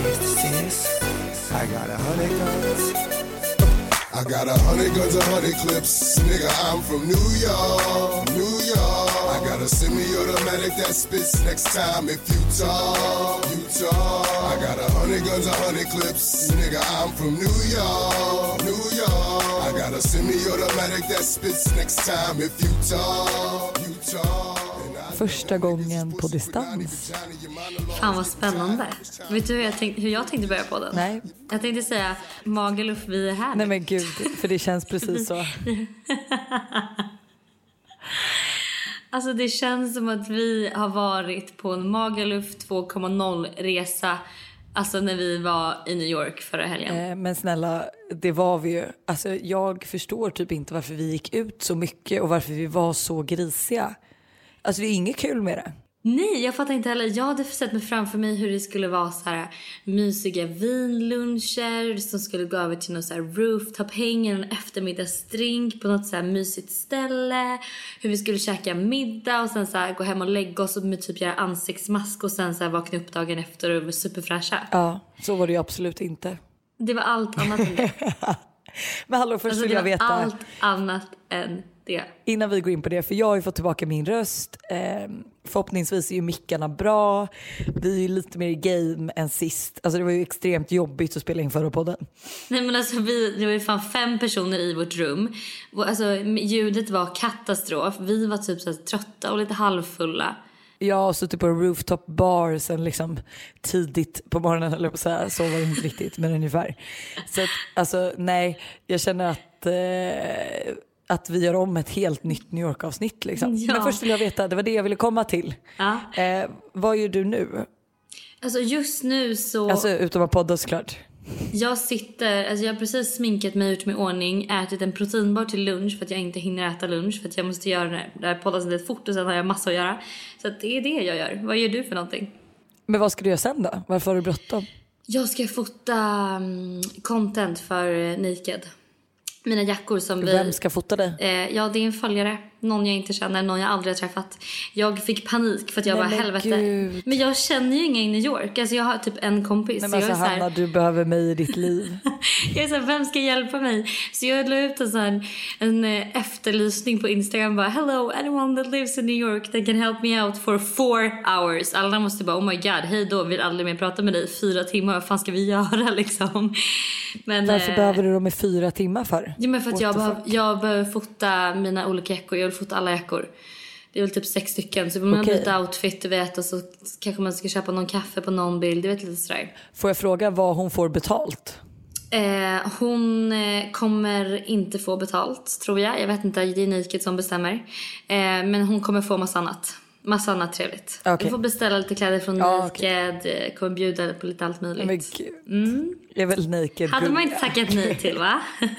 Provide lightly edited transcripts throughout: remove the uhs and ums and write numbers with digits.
I got 100 guns. I got 100 guns, 100 clips. Nigga, I'm from New York, New York. I got a semi-automatic that spits next time if you talk, you talk. I got 100 guns, 100 clips. Nigga, I'm from New York, New York. I got a semi-automatic that spits next time if you talk, you talk. Första gången på distans. Fan vad spännande. Vet du hur jag tänkte börja på den? Nej. Jag tänkte säga Magaluf, vi är här. Nej men gud, för det känns precis så. Alltså det känns som att vi har varit på en Magaluf 2.0 resa. Alltså när vi var i New York förra helgen. Men snälla, det var vi ju. Alltså jag förstår typ inte varför vi gick ut så mycket och varför vi var så grisiga. Alltså det är inget kul med det. Nej, jag fattar inte heller. Jag hade sett mig framför mig hur det skulle vara så här mysiga vinluncher som skulle gå över till någon så här rooftop häng, en eftermiddagsdrink på något så här mysigt ställe. Hur vi skulle käka middag och sen så här gå hem och lägga oss och med typ göra ansiktsmask och sen så här vakna upp dagen efter och vara superfräscha. Ja, så var det ju absolut inte. Det var allt annat än det. Men hallå, först vill jag veta. Allt annat än det. Innan vi går in på det, för jag har ju fått tillbaka min röst. Förhoppningsvis är ju mickarna bra. Vi är ju lite mer i game än sist. Alltså det var ju extremt jobbigt att spela in förra podden. Nej men alltså det var ju fan 5 personer i vårt rum. Alltså ljudet var katastrof. Vi var typ så här trötta och lite halvfulla. Jag har suttit på en rooftop bar sen liksom tidigt på morgonen, eller på så här, så var det inte riktigt, men ungefär. Så att, alltså nej, jag känner att vi gör om ett helt nytt New York-avsnitt liksom. Ja. Men först vill jag veta, det var det jag ville komma till. Ja. Vad gör du nu? Alltså just nu så... Alltså utom att podda såklart. Jag har precis sminkat mig, ut med ordning, ätit en proteinbar till lunch för att jag inte hinner äta lunch för att jag måste göra det här podden lite fort och sen har jag massa att göra. Så att det är det jag gör. Vad gör du för någonting? Men vad ska du göra sen då? Varför har du bråttom? Jag ska fota content för Naked. Mina jackor som Vem ska fota dig? Ja, det är en följare. Någon jag inte känner, någon jag aldrig har träffat. Jag fick panik för att jag var helvete. Gud. Men jag känner ju ingen i New York. Alltså jag har typ en kompis. Men alltså jag är Hanna, du behöver mig i ditt liv. Jag är så här, vem ska hjälpa mig? Så jag la ut en efterlysning på Instagram. Bara, hello, anyone that lives in New York that can help me out for 4 hours. Alla måste bara, oh my god, hej då, vill aldrig mer prata med dig 4 timmar. Vad fan ska vi göra liksom? Men, varför behöver du dem i 4 timmar för? Ja, men för att jag behöver fota mina olika jackor. Jag vill fota alla jackor. Det är väl typ 6 stycken. Så vill man byta outfit, du vet. Och så kanske man ska köpa någon kaffe på någon bild. Du vet, lite sådär. Får jag fråga vad hon får betalt? Hon kommer inte få betalt, tror jag. Jag vet inte, det är Naked som bestämmer. Men hon kommer få massa annat trevligt. Okay. Du får beställa lite kläder från Naked. Kommer bjuda på lite allt möjligt. Men jag är väl Naked. Hade man inte tackat nej till, va?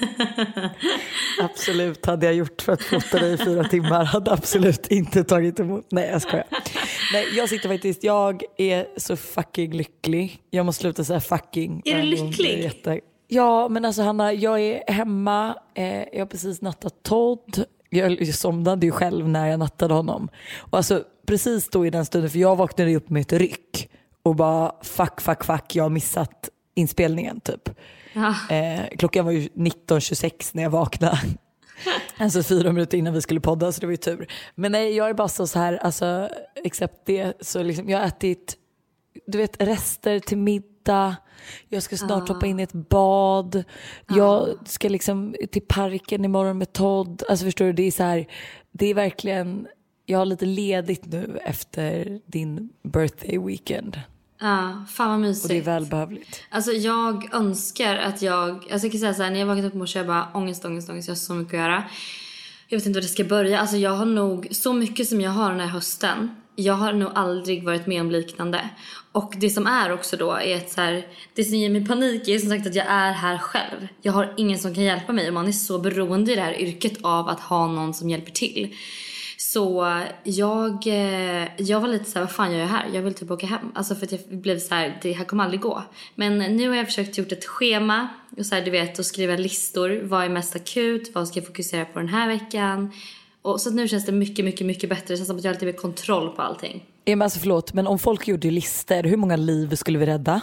Absolut hade jag gjort för att fota dig i 4 timmar. Hade absolut inte tagit emot. Nej, jag skojar. Nej, jag sitter faktiskt, jag är så fucking lycklig. Jag måste sluta säga fucking. Är du lycklig? Ja, men alltså Hanna, jag är hemma. Jag har precis nattat Todd. Jag somnade ju själv när jag nattade honom. Och alltså precis då i den stunden, för jag vaknade upp med ett ryck och bara fuck, jag har missat inspelningen typ. Ja. Klockan var ju 19:26 när jag vaknade. Alltså 4 minuter innan vi skulle podda, så det var ju tur. Men nej, jag är bara så här, alltså except det, så liksom, jag har ätit, du vet, rester till middag. Jag ska snart hoppa in i ett bad. Jag ska liksom till parken imorgon med Todd. Alltså förstår du, det är så här, det är verkligen, jag har lite ledigt nu efter din birthday weekend. Ja, fan vad mysigt. Och det är välbehövligt. Alltså jag önskar att jag kan säga så här, när jag vaknade upp i morse, jag bara ångest, jag har så mycket att göra. Jag vet inte var det ska börja. Alltså jag har nog, så mycket som jag har den här hösten, jag har nog aldrig varit med om liknande. Och det som är också då är att så här, det som ger mig panik är som sagt att jag är här själv. Jag har ingen som kan hjälpa mig, och man är så beroende i det här yrket av att ha någon som hjälper till. Så jag var lite så här, vad fan gör jag här? Jag vill typ åka hem. Alltså för att jag blev så här, det här kommer aldrig gå. Men nu har jag försökt gjort ett schema och så här, du vet, och skriva listor. Vad är mest akut? Vad ska jag fokusera på den här veckan? Och så att nu känns det mycket bättre. Det känns som att jag har lite mer kontroll på allting. Men alltså förlåt, men om folk gjorde listor, hur många liv skulle vi rädda?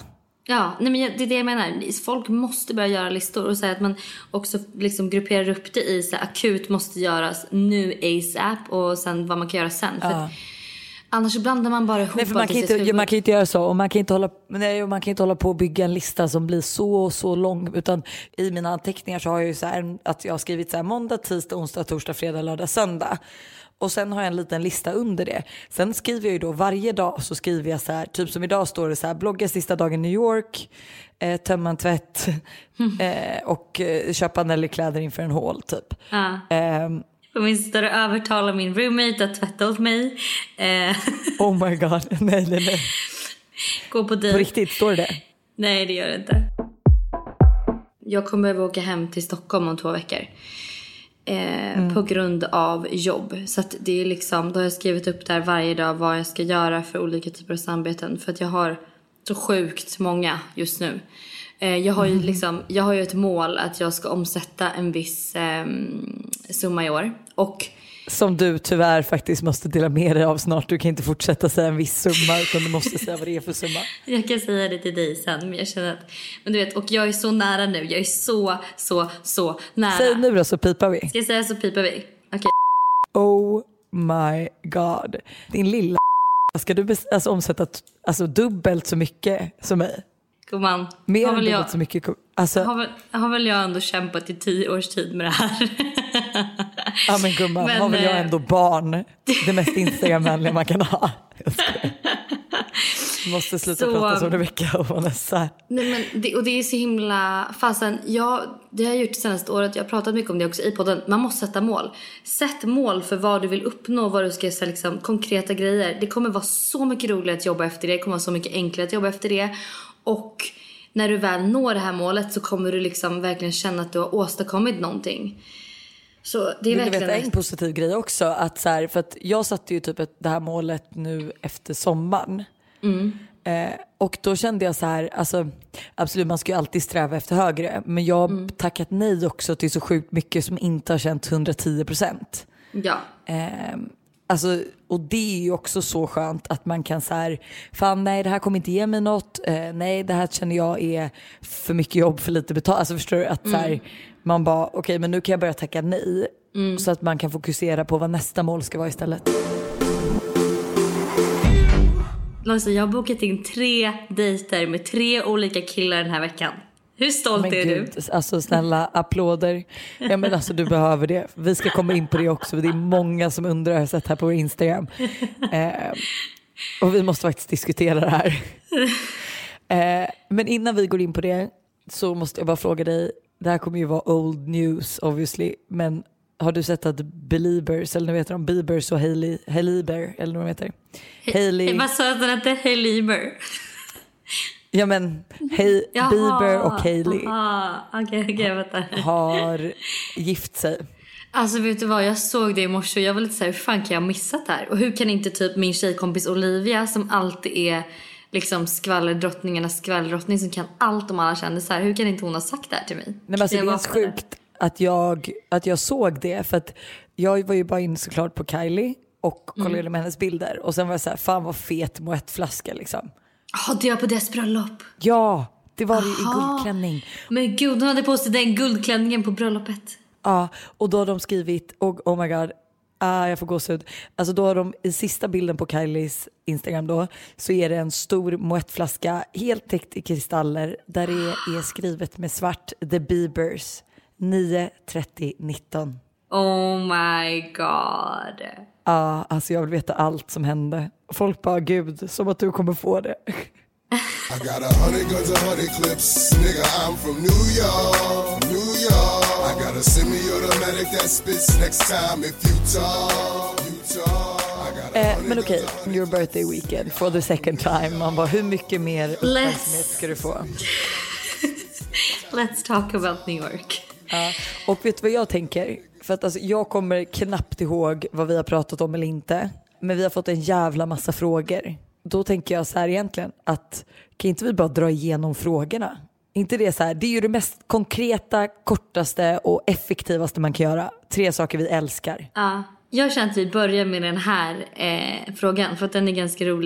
Ja, nej men det är det jag menar. Folk måste börja göra listor och säga att man också liksom grupperar upp det i så här, akut måste göras nu ASAP och sen vad man kan göra sen. För att annars så blandar man bara ihop. Nej, för man kan inte göra så och man kan inte hålla på att bygga en lista som blir så lång, utan i mina anteckningar så har jag ju så här att jag har skrivit så här måndag, tisdag, onsdag, torsdag, fredag, lördag, söndag. Och sen har jag en liten lista under det. Sen skriver jag ju då varje dag, så skriver jag så här, typ som idag står det så här: blogga sista dagen i New York, tömma en tvätt och köpa Nelly-kläder inför en haul typ. Och min står och övertala min roommate att tvätta åt mig. Oh my god, nej. Gå på dejt. På riktigt, står det? Nej, det gör det inte. Jag kommer behöva åka hem till Stockholm om 2 veckor. På grund av jobb. Så att det är liksom, då har jag skrivit upp där varje dag vad jag ska göra för olika typer av samarbeten. För att jag har så sjukt många just nu. Jag har ju liksom, jag har ju ett mål att jag ska omsätta en viss summa i år. Och som du tyvärr faktiskt måste dela med dig av snart. Du kan inte fortsätta säga en viss summa, utan du måste säga vad det är för summa. Jag kan säga det till dig sen, men jag känner att, men du vet, och jag är så nära nu. Jag är så nära. Säg nu då, så pipar vi. Ska jag säga så pipar vi? Okej. Oh my god. Din lilla ska du omsätta dubbelt så mycket som mig? Gumman, mer än dubbelt så mycket. Alltså, har väl jag ändå kämpat i 10 års tid med det här. Ja men gumman, har väl jag ändå barn. Det mest Instagram-vänliga man kan ha. Du måste sluta prata som Rebecca och Vanessa. Nej, men det är så himla fasen. Det har jag gjort det senaste året. Jag har pratat mycket om det också i podden. Man måste sätta mål. Sätt mål för vad du vill uppnå. Vad du ska säga, liksom, konkreta grejer. Det kommer vara så mycket roligare att jobba efter det. Det kommer vara så mycket enklare att jobba efter det. Och när du väl når det här målet så kommer du liksom verkligen känna att du har åstadkommit någonting. Så det är verkligen en positiv grej också, att så här, för att jag satte ju typ det här målet nu efter sommaren. Och då kände jag så här, alltså absolut, man ska ju alltid sträva efter högre, men jag har tackat nej också till så sjukt mycket som inte har känt 110%. Ja. Alltså, och det är ju också så skönt att man kan så här, fan nej, det här kommer inte ge mig något, nej det här känner jag är för mycket jobb för lite betalt. Alltså förstår du, att så här, man bara okej, men nu kan jag börja tacka nej, så att man kan fokusera på vad nästa mål ska vara istället. Alltså, jag har bokat in 3 dejter med 3 olika killar den här veckan. Hur stolt är du? Alltså snälla, applåder. Ja, men alltså du behöver det. Vi ska komma in på det också. Det är många som undrar, jag har sett här på vår Instagram. Och vi måste faktiskt diskutera det här. Men innan vi går in på det så måste jag bara fråga dig. Det här kommer ju vara old news obviously. Men har du sett att Beliebers, eller nu heter de Biebers och Hailey-Bieber, eller vad de heter? Hailey. Vad sa du att det är Hailey-Bieber? Ja men Bieber och Hailey okay, har gift sig. Alltså vet du vad, jag såg det i morse och jag var lite såhär, hur fan kan jag ha missat det här? Och hur kan inte typ min tjejkompis Olivia, som alltid är liksom skvallerdrottningarnas skvallerdrottning, som kan allt om alla kändisar, hur kan inte hon ha sagt det här till mig? Nej, men alltså, det är sjukt att jag såg det, för att jag var ju bara in såklart på Kylie och kollade med hennes bilder, och sen var jag så här, fan vad fet moettflaska liksom. Ja, det var på dess bröllop. Ja, det var det i guldklänning. Men gud, hon hade på sig den guldklänningen på bröllopet. Ja, och då har de skrivit, oh my god, jag får gåshud. Alltså då har de i sista bilden på Kylies Instagram då, så är det en stor moettflaska helt täckt i kristaller, där det är skrivet med svart The Biebers 9/30/19. Oh my god. Ja, alltså jag vill veta allt som hände. Folk bara, gud, som att du kommer få det. I got 100 guns, 100 clips. Nigga, I'm from New York, New York. I got a semi-automatic that spits next time if you talk. Men okej, your birthday weekend for the second time. Man bara, hur mycket mer uppmärksamhet ska du få? Let's talk about New York. Ja, och vet du vad jag tänker? För att alltså, jag kommer knappt ihåg vad vi har pratat om eller inte. Men vi har fått en jävla massa frågor. Då tänker jag så här egentligen, att kan inte vi bara dra igenom frågorna? Inte det så här, det är ju det mest konkreta, kortaste och effektivaste man kan göra. 3 saker vi älskar. Ja, jag känner att vi börjar med den här frågan, för att den är ganska rolig.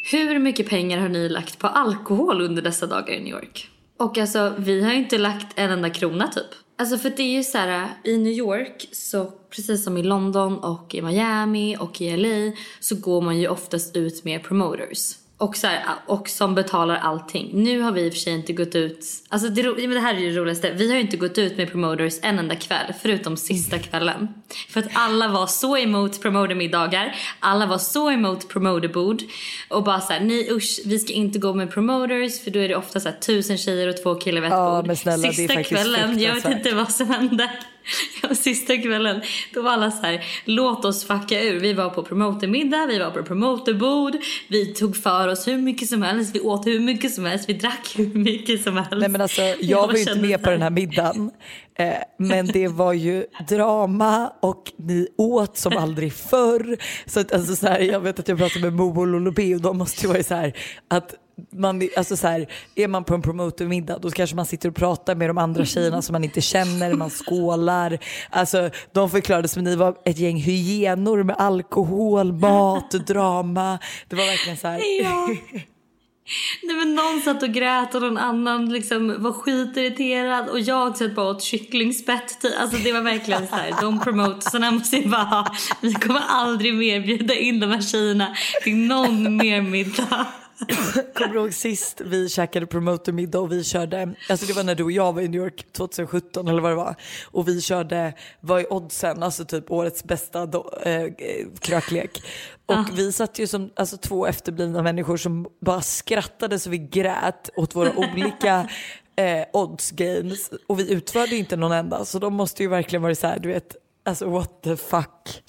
Hur mycket pengar har ni lagt på alkohol under dessa dagar i New York? Och alltså, vi har ju inte lagt en enda krona typ. Alltså för det är ju så här, i New York, så precis som i London och i Miami och i LA, så går man ju oftast ut med promoters. Och, så här, och som betalar allting. Nu har vi i och för sig inte gått ut... Alltså det här är det roligaste. Vi har ju inte gått ut med promoters en enda kväll. Förutom sista kvällen. För att alla var så emot promotermiddagar. Alla var så emot promoterbord. Och bara så här, nej usch, vi ska inte gå med promoters. För då är det ofta så här 1000 tjejer och 2 killar vid ett bord. Men snälla, sista det är kvällen, jag vet inte vad som hände. Ja, sista kvällen, då var alla så här, låt oss fucka ur. Vi var på promotermiddag, vi var på promoterbord. Vi tog för oss hur mycket som helst. Vi åt hur mycket som helst, vi drack hur mycket som helst. Nej men alltså, jag var ju inte med på den här middagen. Men det var ju drama och ni åt som aldrig förr. Så att, alltså, så här, jag vet att jag pratade med Mo och Lolobé och de måste ju vara så här att man, alltså så här, är man på en promotermiddag då kanske man sitter och pratar med de andra tjejerna som man inte känner, man skålar. Alltså de förklarade som ni var ett gäng hyenor med alkohol, mat, drama. Det var verkligen så här. Ja. Nej, men någon satt och grät och någon annan liksom var skitirriterad och jag satt bara åt kycklingspett. Alltså det var verkligen så här, de promotersarna måste ju bara ha, vi kommer aldrig mer bjuda in de här tjejerna till någon mer middag. Kommer du ihåg sist vi käkade promotermiddag och vi körde, alltså det var när du och jag var i New York 2017 eller vad det var, och vi körde, vad är oddsen, alltså typ årets bästa kröklek. Och vi satt ju som alltså 2 efterblivna människor som bara skrattade så vi grät åt våra olika odds games, och vi utförde ju inte någon enda, så de måste ju verkligen vara så här, du vet, alltså what the fuck.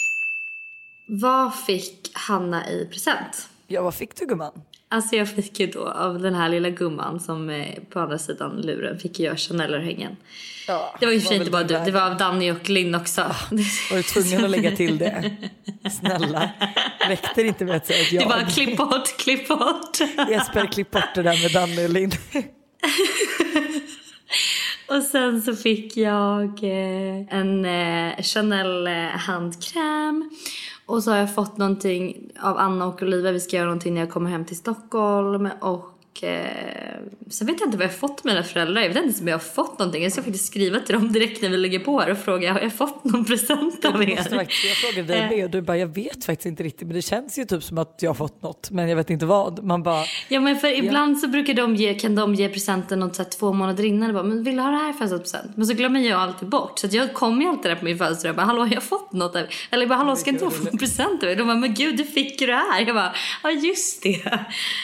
Vad fick Hanna i present? Ja, vad fick du, gumman? Alltså jag fick ju då av den här lilla gumman som på andra sidan luren fick jag Chanel-örhängen. Ja, det var ju för sig inte bara du, det var av Danny och Linn också. Var du tvungen att lägga till det? Snälla, räckte det inte med att säga att jag... Det var klipp bort. Jesper, klipp bort det där med Danny och Linn. Och sen så fick jag en Chanel handkräm. Och så har jag fått någonting av Anna och Olivia. Vi ska göra någonting när jag kommer hem till Stockholm. Och sen vet jag inte vad jag har fått med mina föräldrar. Jag vet inte om jag har fått någonting. Jag ska faktiskt skriva till dem direkt när vi lägger på här och fråga, har jag fått någon present av er? Jag frågade dig med och du bara, jag vet faktiskt inte riktigt. Men det känns ju typ som att jag har fått något. Men jag vet inte vad. Man bara... Ja, men för ibland så brukar kan de ge presenten något så här 2 månader innan. Och bara, men vill du ha det här födelsedagspresent? Men så glömmer jag alltid bort. Så att jag kommer ju alltid där på min födelsedag och bara, hallå, har jag fått något? Eller bara, hallå, ska inte jag få en present av er? De bara, men gud, du fick ju det här. Jag bara, ja just det.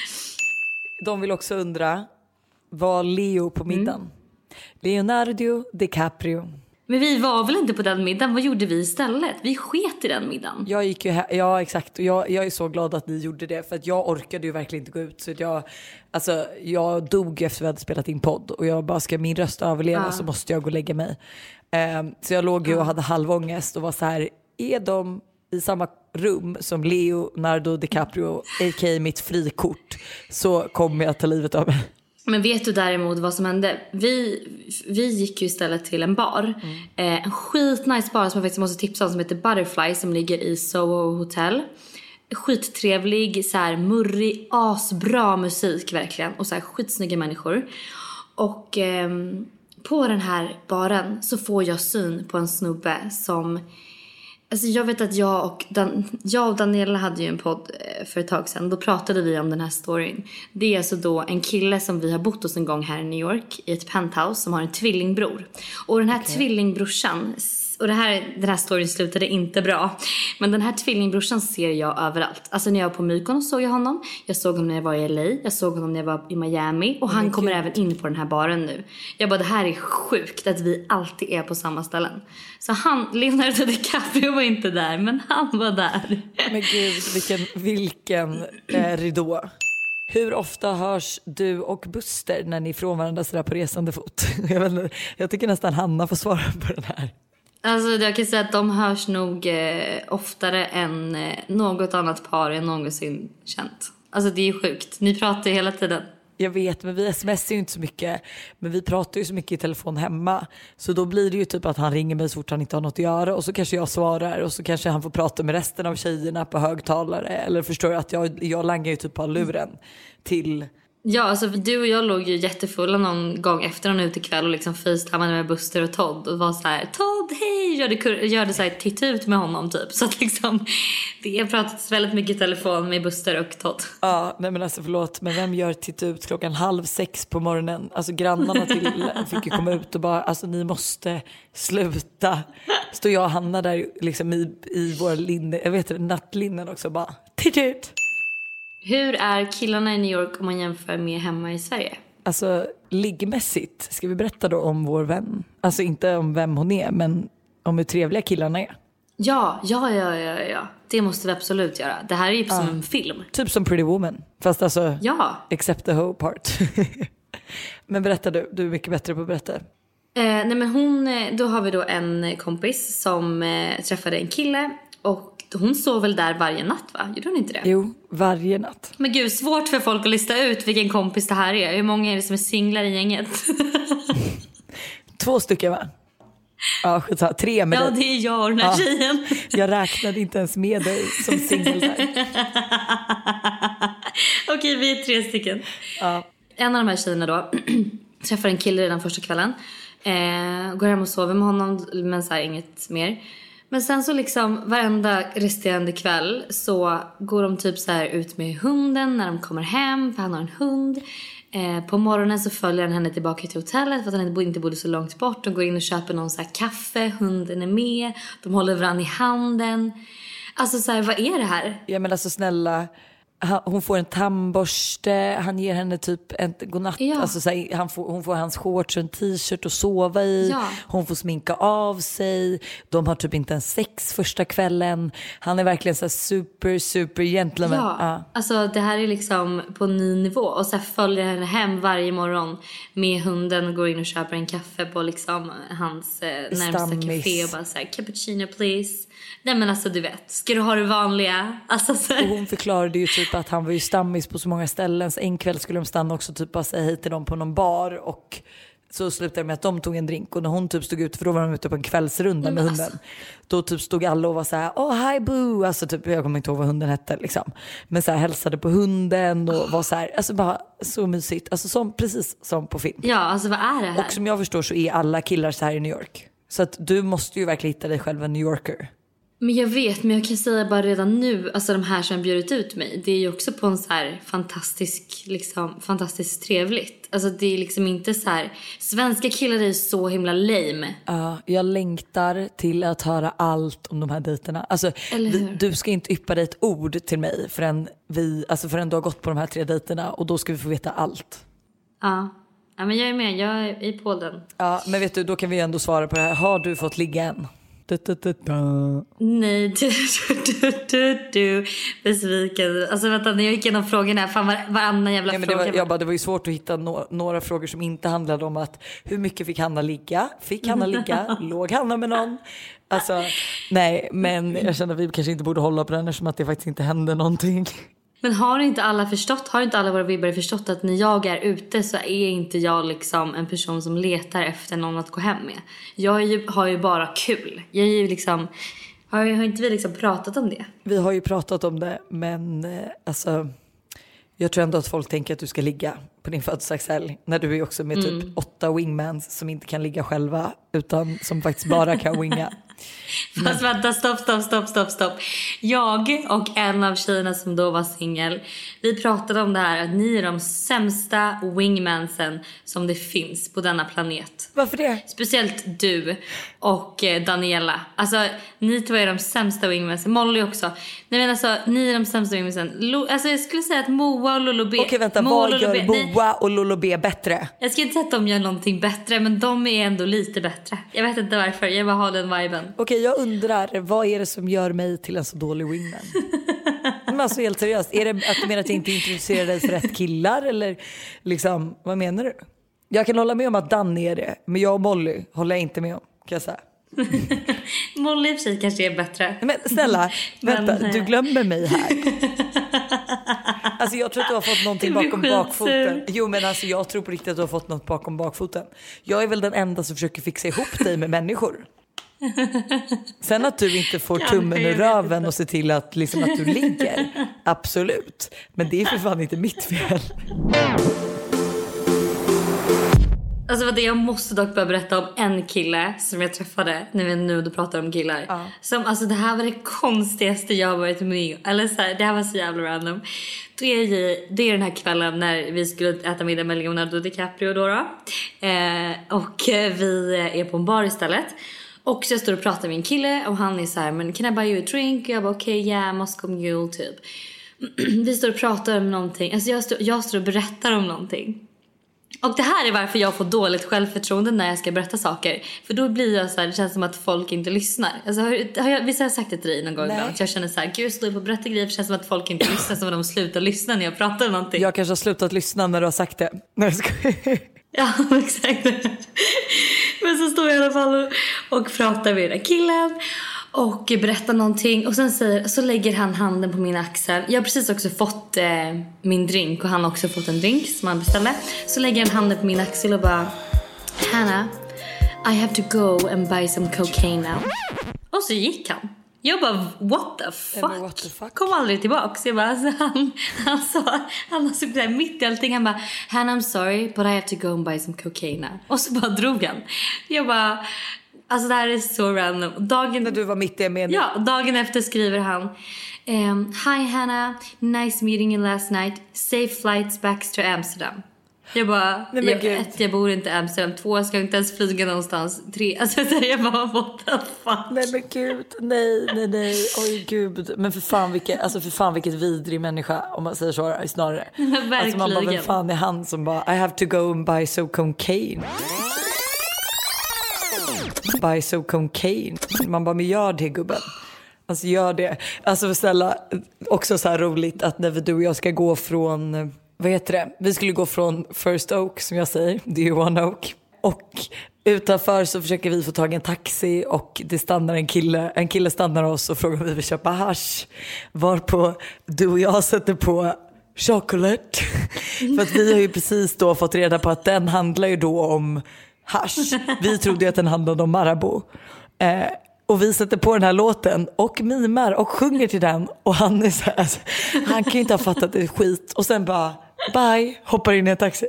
De vill också undra, var Leo på middagen? Leonardo DiCaprio. Men vi var väl inte på den middagen? Vad gjorde vi istället? Vi sket i den middagen. Jag gick ju ja exakt, och jag är så glad att ni gjorde det. För att jag orkade ju verkligen inte gå ut. Så att jag dog efter vi hade spelat in podd. Och jag bara, ska min röst överleva så måste jag gå och lägga mig. Så jag låg ju och hade halvångest och var så här, är de i samma rum som Leonardo DiCaprio, a.k.a. mitt frikort, så kommer jag ta livet av mig. Men vet du däremot vad som hände? Vi gick ju istället till en bar. En skitnice bar som jag faktiskt måste tipsa om, som heter Butterfly, som ligger i Soho Hotel. Skittrevlig, så här murrig, asbra musik verkligen. Och så här skitsnygga människor. Och på den här baren så får jag syn på en snubbe som... Alltså jag vet att jag och Daniela hade ju en podd för ett tag sedan. Då pratade vi om den här storyn. Det är alltså då en kille som vi har bott hos en gång här i New York, i ett penthouse, som har en tvillingbror. Och den här tvillingbrorsan, och den här storyn slutade inte bra, men den här tvillingbrorsan ser jag överallt. Alltså när jag var på Mykonos såg jag honom. Jag såg honom när jag var i LA. Jag såg honom när jag var i Miami. Och han kommer även in på den här baren nu. Jag bara, det här är sjukt att vi alltid är på samma ställen. Så Leonardo DiCaprio var inte där, men han var där. Men gud, vilken ridå. Hur ofta hörs du och Buster när ni är från varandra sådär på resande fot? Jag tycker nästan Hanna får svara på den här. Alltså jag kan säga att de hörs nog oftare än något annat par jag någonsin känt. Alltså det är ju sjukt. Ni pratar hela tiden. Jag vet, men vi smsar ju inte så mycket. Men vi pratar ju så mycket i telefon hemma. Så då blir det ju typ att han ringer mig så fort han inte har något att göra. Och så kanske jag svarar. Och så kanske han får prata med resten av tjejerna på högtalare. Eller förstår jag att jag langar ju typ på luren till... Ja, alltså du och jag låg ju jättefulla någon gång efter någon utekväll och liksom facetimade med Buster och Todd och var så här: Todd, hej! Gjorde så här titt ut med honom typ. Så att liksom, det har pratats väldigt mycket i telefon med Buster och Todd. Ja, nej men alltså förlåt, men vem gör titt ut 5:30 på morgonen? Alltså grannarna fick ju komma ut och bara, alltså ni måste sluta. Står jag och Hanna där liksom i våra linne, jag vet inte, nattlinnen också, bara titt ut. Hur är killarna i New York om man jämför med hemma i Sverige? Alltså liggmässigt, ska vi berätta då om vår vän? Alltså inte om vem hon är, men om hur trevliga killarna är. Ja. Det måste vi absolut göra. Det här är ju som en film. Typ som Pretty Woman. Fast alltså, except the whole part. Men berätta du är mycket bättre på att berätta. Nej men då har vi då en kompis som träffade en kille. Och hon sov väl där varje natt, va? Gjorde hon inte det? Jo, varje natt. Men gud, svårt för folk att lista ut vilken kompis det här är. Hur många är det som är singlar i gänget? 2 stycken, va? Ja, 3 med dig. Ja, det är jag och den här tjejen. Jag räknade inte ens med dig som singel där. Okej, vi är 3 stycken. Ja. En av de här tjejerna då träffar en kille redan första kvällen. Går hem och sover med honom, men så här, inget mer. Men sen så liksom varenda resterande kväll så går de typ så här ut med hunden när de kommer hem, för han har en hund. På morgonen så följer han henne tillbaka till hotellet för att han inte bodde så långt bort. De går in och köper någon så här kaffe, hunden är med, de håller varandra i handen. Alltså så här, vad är det här? Ja men alltså snälla, hon får en tandborste, han ger henne typ en godnatt, alltså så här, hon får hans shorts och en t-shirt att sova i, hon får sminka av sig, de har typ inte en sex första kvällen, han är verkligen så här super gentleman. Alltså det här är liksom på ny nivå. Och så här följer henne hem varje morgon med hunden och går in och köper en kaffe på liksom hans närmsta café och bara så här, cappuccino please. Nej men alltså du vet, ska du ha det vanliga? Alltså, så... Och hon förklarade ju typ att han var ju stammis på så många ställen, så en kväll skulle de stanna också, typ bara säga hej till dem på någon bar, och så slutade det med att de tog en drink, och när hon typ stod ute, för då var de ute på en kvällsrunda med hunden, då typ stod alla och var så här: oh hi boo, alltså typ, jag kommer inte ihåg vad hunden hette liksom, men så här hälsade på hunden och var så här, alltså bara så mysigt, alltså precis som på film. Ja, alltså vad är det här? Och som jag förstår så är alla killar så här i New York, så att du måste ju verkligen hitta dig själv en New Yorker. Men jag vet, men jag kan säga bara redan nu, alltså de här som har bjudit ut mig, det är ju också på en så här fantastiskt trevligt. Alltså det är liksom inte så här, svenska killar är så himla lame. Ja, jag längtar till att höra allt om de här dejterna. Alltså du ska inte yppa dig ett ord till mig förrän du har gått på de här 3 dejterna, och då ska vi få veta allt. Ja, men jag är med, jag är i Polen. Ja, men vet du, då kan vi ändå svara på det här. Har du fått ligga än? Nej, du besviken. Alltså vänta, när jag gick igenom frågorna, fan varannan jävla fråga. Det var ju svårt att hitta några frågor som inte handlade om att hur mycket fick Hanna ligga? Fick Hanna ligga? Låg Hanna med någon? Alltså, nej, men jag känner att vi kanske inte borde hålla på den, eftersom att det faktiskt inte hände någonting. Men har inte alla våra vibbare förstått att när jag är ute så är inte jag liksom en person som letar efter någon att gå hem med. Jag har ju bara kul. Jag är ju liksom, har inte vi liksom pratat om det? Vi har ju pratat om det, men alltså jag tror ändå att folk tänker att du ska ligga på din födelsedagshelg, när du är också med typ 8 wingmans som inte kan ligga själva, utan som faktiskt bara kan winga. Fast vänta, stopp. Jag och en av tjejerna som då var singel, vi pratade om det här, att ni är de sämsta wingmansen som det finns på denna planet. Varför det? Speciellt du och Daniela. Alltså ni två är de sämsta wingmansen. Molly också. Nej men alltså, ni är de sämsta wingmansen. Alltså jag skulle säga att Moa och Lolo B. Okej vänta, vad gör Moa och Lolo B bättre? Jag ska inte säga att de gör någonting bättre, men de är ändå lite bättre. Jag vet inte varför, jag bara har den viben. Okej, jag undrar, vad är det som gör mig till en så dålig wingman? Men alltså helt seriöst, är det att du menar att jag inte introducerar dig för rätt killar? Eller liksom, vad menar du? Jag kan hålla med om att Danny är det, men jag och Molly håller jag inte med om, kan jag säga. Molly i och för sig kanske är bättre. Men snälla, vänta, du glömmer mig här. Alltså jag tror att du har fått någonting Det blir bakom skitsur. bakfoten. Jo men alltså jag tror på riktigt att du har fått något bakom bakfoten. Jag är väl den enda som försöker fixa ihop dig med människor. Sen att du inte får Kanske, tummen ur jag vet röven inte. och se till att, liksom, att du ligger. Absolut. Men det är för fan inte mitt fel. Alltså vad det, jag måste dock börja berätta om en kille som jag träffade när vi nu då pratar om killar. Ja. Som, alltså det här var det konstigaste jag har varit med om. Eller så här, det här var så jävla random. Det är den här kvällen när vi skulle äta middag med Leonardo DiCaprio då. Och vi är på en bar istället. Och så jag står och pratar med en kille och han är så här, men can I buy you a drink? Och jag bara okej, yeah, Moscow Mule typ. Vi står och pratar om någonting. Alltså jag står och berättar om någonting. Och det här är varför jag får dåligt självförtroende när jag ska berätta saker. För då blir jag så här, det känns som att folk inte lyssnar. Alltså, visst har jag sagt det till dig någon gång ibland? Jag känner så här, gud jag står på att berätta grejer. Det känns som att folk inte lyssnar, som att de slutar lyssna när jag pratar om någonting. Jag kanske har slutat lyssna när du har sagt det. Nej, Ja, exakt. Men så står jag i alla fall och pratar med den här killen och berättar någonting. Och sen så lägger han handen på min axel. Jag har precis också fått min drink och han har också fått en drink som han beställde. Så lägger han handen på min axel och bara, Hannah, I have to go and buy some cocaine now. Och så gick han. Jag bara, what the fuck? Kom aldrig tillbaka. Så jag bara, alltså, han så där mitt i allting. Han bara, Hannah, I'm sorry, but I have to go and buy some cocaine now. Och så bara drog han. Jag bara, alltså det här är så random. När du var mitt i en mening. Ja, dagen efter skriver han, Hi Hannah, nice meeting you last night. Safe flights back to Amsterdam. Jag bara, jag bor inte i Amsterdam. 2, jag ska inte ens flyga någonstans. 3, alltså jag bara, what the fuck. Nej men gud, nej, oj gud. Men för fan vilket vidrig människa, om man säger så snarare. Verkligen. Alltså man bara, vem fan är han som bara, I have to go and buy some cocaine. Buy some cocaine. Man bara, men gör det gubben. Alltså gör det. Alltså snälla, också så här roligt att när du och jag ska gå från, vad heter det? Vi skulle gå från First Oak som jag säger, det är ju One Oak. Och utanför så försöker vi få tag i en taxi och det stannar en kille stannar oss och frågar om vi vill köpa hasch. Varpå du och jag sätter på chocolate. För att vi har ju precis då fått reda på att den handlar ju då om hasch. Vi trodde att den handlade om Marabou. Och vi sätter på den här låten och mimar och sjunger till den. Och han är så här, alltså, han kan ju inte ha fattat det skit. Och sen bara, bye, hoppar in i en taxi.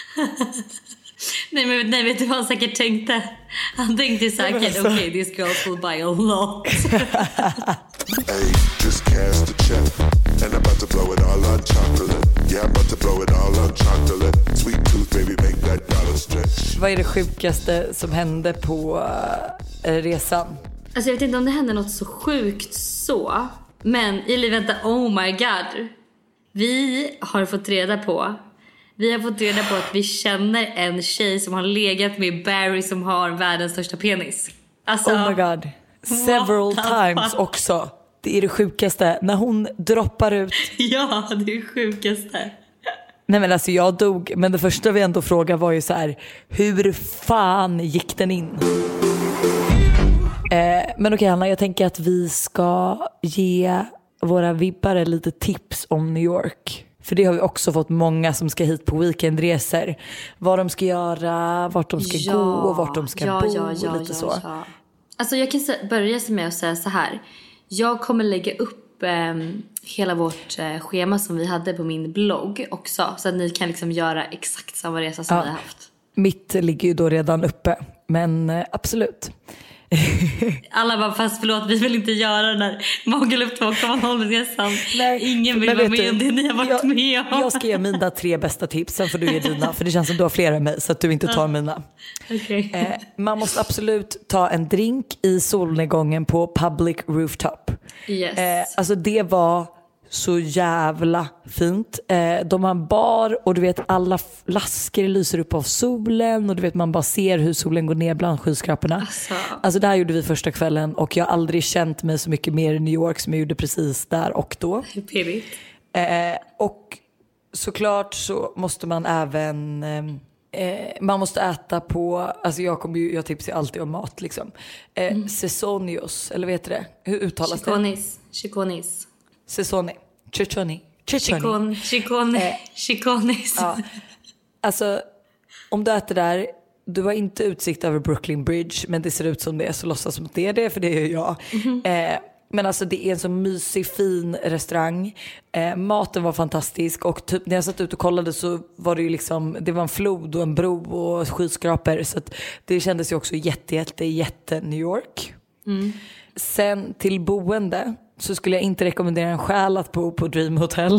Nej, vet du vad han säkert tänkte? Han tänkte säkert, okay, these girls will buy a lot. Hey, just cast a check, and I'm about to blow it all on chocolate. Yeah, I'm about to blow it all on chocolate. Sweet tooth, baby, make that dollar stretch. Vad är det sjukaste som hände på resan? Alltså jag vet inte om det hände något så sjukt så. Men vänta, oh my god. Vi har fått reda på att vi känner en tjej som har legat med Barry som har världens största penis. Alltså, Oh my god. Several times också. Det är det sjukaste. När hon droppar ut. Ja, det är det sjukaste. Nej men alltså jag dog. Men det första vi ändå frågade var ju så här, hur fan gick den in? Men okej Hanna, jag tänker att vi ska ge våra vibbare lite tips om New York. För det har vi också fått många som ska hit på weekendresor. Vad de ska göra, vart de ska gå och vart de ska bo och lite så. Alltså jag kan börja med att säga så här. Jag kommer lägga upp hela vårt schema som vi hade på min blogg också. Så att ni kan liksom göra exakt samma resa som vi har haft. Mitt ligger ju då redan uppe, men absolut. Alla bara, fast förlåt, vi vill inte göra den där Magaluf 2.0-resan. Ingen vill vara med om det ni har varit med om. Jag ska ge mina 3 bästa tips, sen får du ge dina. För det känns som du har fler än mig, så att du inte tar mina. Okay. Man måste absolut ta en drink i solnedgången på public rooftop. Yes. Alltså det var så jävla fint. De har en bar och du vet alla lasker lyser upp av solen och du vet man bara ser hur solen går ner bland skyskraporna. Alltså det här gjorde vi första kvällen och jag har aldrig känt mig så mycket mer i New York som jag gjorde precis där och då. Och såklart så måste man även man måste äta på, alltså jag tipsar alltid om mat liksom. Sesonios, eller vet du det? Hur uttalas det? Chiconis. Sesoni, chichoni. Chiconis. Ja. Alltså, om du äter där, du har inte utsikt över Brooklyn Bridge, men det ser ut som det, så låtsas som att det är det, för det är jag. Men alltså det är en så mysig, fin restaurang. Maten var fantastisk, och typ när jag satt ut och kollade så var det ju liksom, det var en flod och en bro och skyskrapor, så att det kändes ju också jätte New York. Sen till boende så skulle jag inte rekommendera en själ att bo på Dream Hotel.